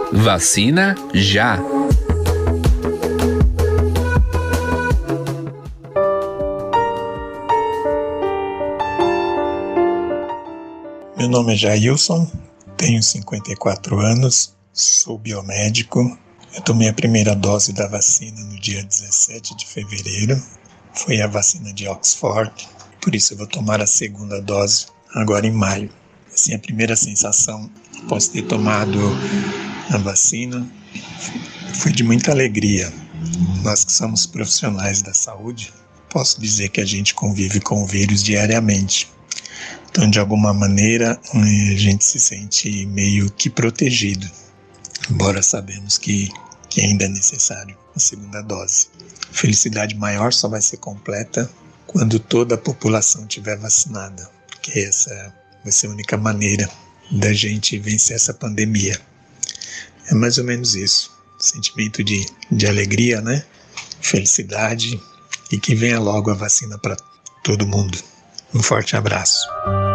Vacina já! Meu nome é Jailson, tenho 54 anos, sou biomédico. Eu tomei a primeira dose da vacina no dia 17 de fevereiro. Foi a vacina de Oxford, por isso eu vou tomar a segunda dose agora em maio. Assim, a primeira sensação após ter tomado a vacina foi de muita alegria. Nós que somos profissionais da saúde, posso dizer que a gente convive com o vírus diariamente. Então, de alguma maneira, a gente se sente meio que protegido, embora sabemos que ainda é necessário a segunda dose. A felicidade maior só vai ser completa quando toda a população estiver vacinada, porque essa vai ser a única maneira da gente vencer essa pandemia. É mais ou menos isso, sentimento de alegria, né? Felicidade, e que venha logo a vacina para todo mundo. Um forte abraço.